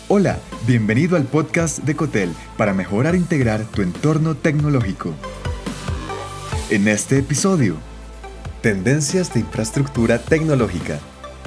Hola, bienvenido al podcast de Cotel para mejorar e integrar tu entorno tecnológico. En este episodio, tendencias de infraestructura tecnológica.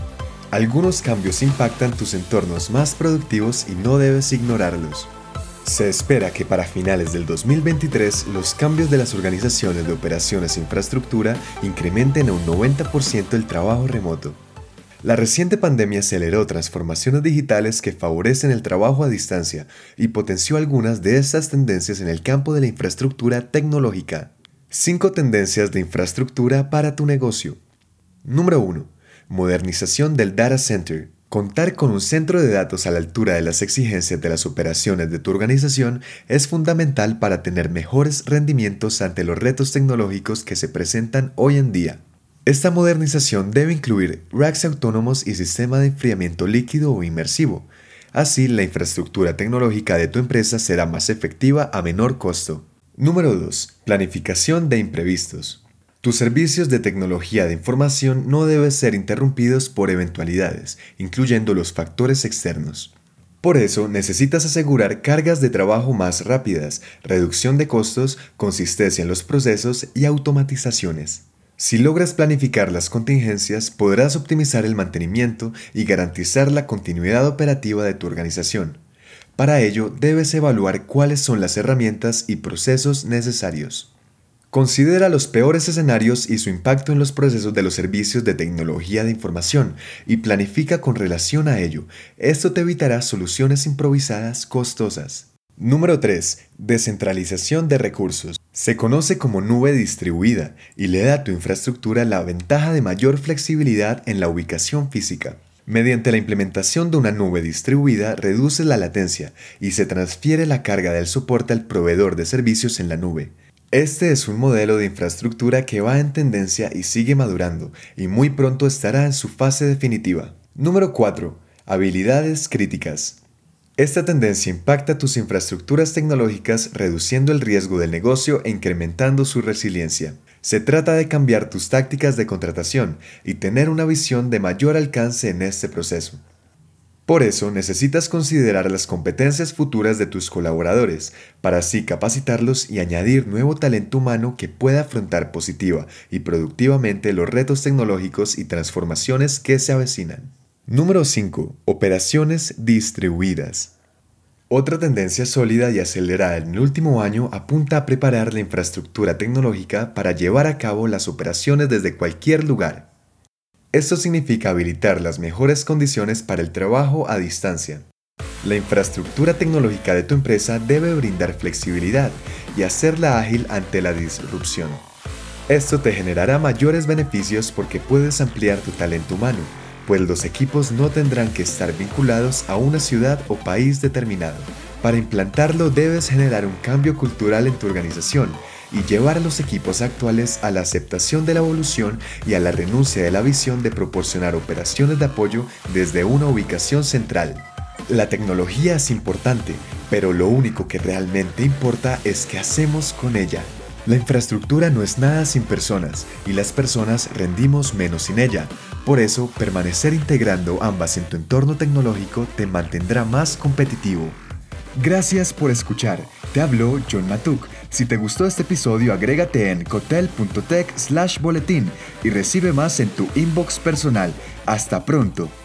Algunos cambios impactan tus entornos más productivos y no debes ignorarlos. Se espera que para finales del 2023 los cambios de las organizaciones de operaciones e infraestructura incrementen a un 90% el trabajo remoto. La reciente pandemia aceleró transformaciones digitales que favorecen el trabajo a distancia y potenció algunas de estas tendencias en el campo de la infraestructura tecnológica. 5 tendencias de infraestructura para tu negocio. Número 1. Modernización del data center. Contar con un centro de datos a la altura de las exigencias de las operaciones de tu organización es fundamental para tener mejores rendimientos ante los retos tecnológicos que se presentan hoy en día. Esta modernización debe incluir racks autónomos y sistema de enfriamiento líquido o inmersivo. Así, la infraestructura tecnológica de tu empresa será más efectiva a menor costo. Número 2. Planificación de imprevistos. Tus servicios de tecnología de información no deben ser interrumpidos por eventualidades, incluyendo los factores externos. Por eso, necesitas asegurar cargas de trabajo más rápidas, reducción de costos, consistencia en los procesos y automatizaciones. Si logras planificar las contingencias, podrás optimizar el mantenimiento y garantizar la continuidad operativa de tu organización. Para ello, debes evaluar cuáles son las herramientas y procesos necesarios. Considera los peores escenarios y su impacto en los procesos de los servicios de tecnología de información y planifica con relación a ello. Esto te evitará soluciones improvisadas costosas. Número 3. Descentralización de recursos. Se conoce como nube distribuida y le da a tu infraestructura la ventaja de mayor flexibilidad en la ubicación física. Mediante la implementación de una nube distribuida, reduces la latencia y se transfiere la carga del soporte al proveedor de servicios en la nube. Este es un modelo de infraestructura que va en tendencia y sigue madurando, y muy pronto estará en su fase definitiva. Número 4. Habilidades críticas. Esta tendencia impacta tus infraestructuras tecnológicas reduciendo el riesgo del negocio e incrementando su resiliencia. Se trata de cambiar tus tácticas de contratación y tener una visión de mayor alcance en este proceso. Por eso necesitas considerar las competencias futuras de tus colaboradores, para así capacitarlos y añadir nuevo talento humano que pueda afrontar positiva y productivamente los retos tecnológicos y transformaciones que se avecinan. Número 5. Operaciones distribuidas. Otra tendencia sólida y acelerada en el último año apunta a preparar la infraestructura tecnológica para llevar a cabo las operaciones desde cualquier lugar. Esto significa habilitar las mejores condiciones para el trabajo a distancia. La infraestructura tecnológica de tu empresa debe brindar flexibilidad y hacerla ágil ante la disrupción. Esto te generará mayores beneficios porque puedes ampliar tu talento humano, pues los equipos no tendrán que estar vinculados a una ciudad o país determinado. Para implantarlo debes generar un cambio cultural en tu organización y llevar a los equipos actuales a la aceptación de la evolución y a la renuncia de la visión de proporcionar operaciones de apoyo desde una ubicación central. La tecnología es importante, pero lo único que realmente importa es qué hacemos con ella. La infraestructura no es nada sin personas, y las personas rendimos menos sin ella. Por eso, permanecer integrando ambas en tu entorno tecnológico te mantendrá más competitivo. Gracias por escuchar. Te habló John Matuk. Si te gustó este episodio, agrégate en cotel.tech/boletín y recibe más en tu inbox personal. Hasta pronto.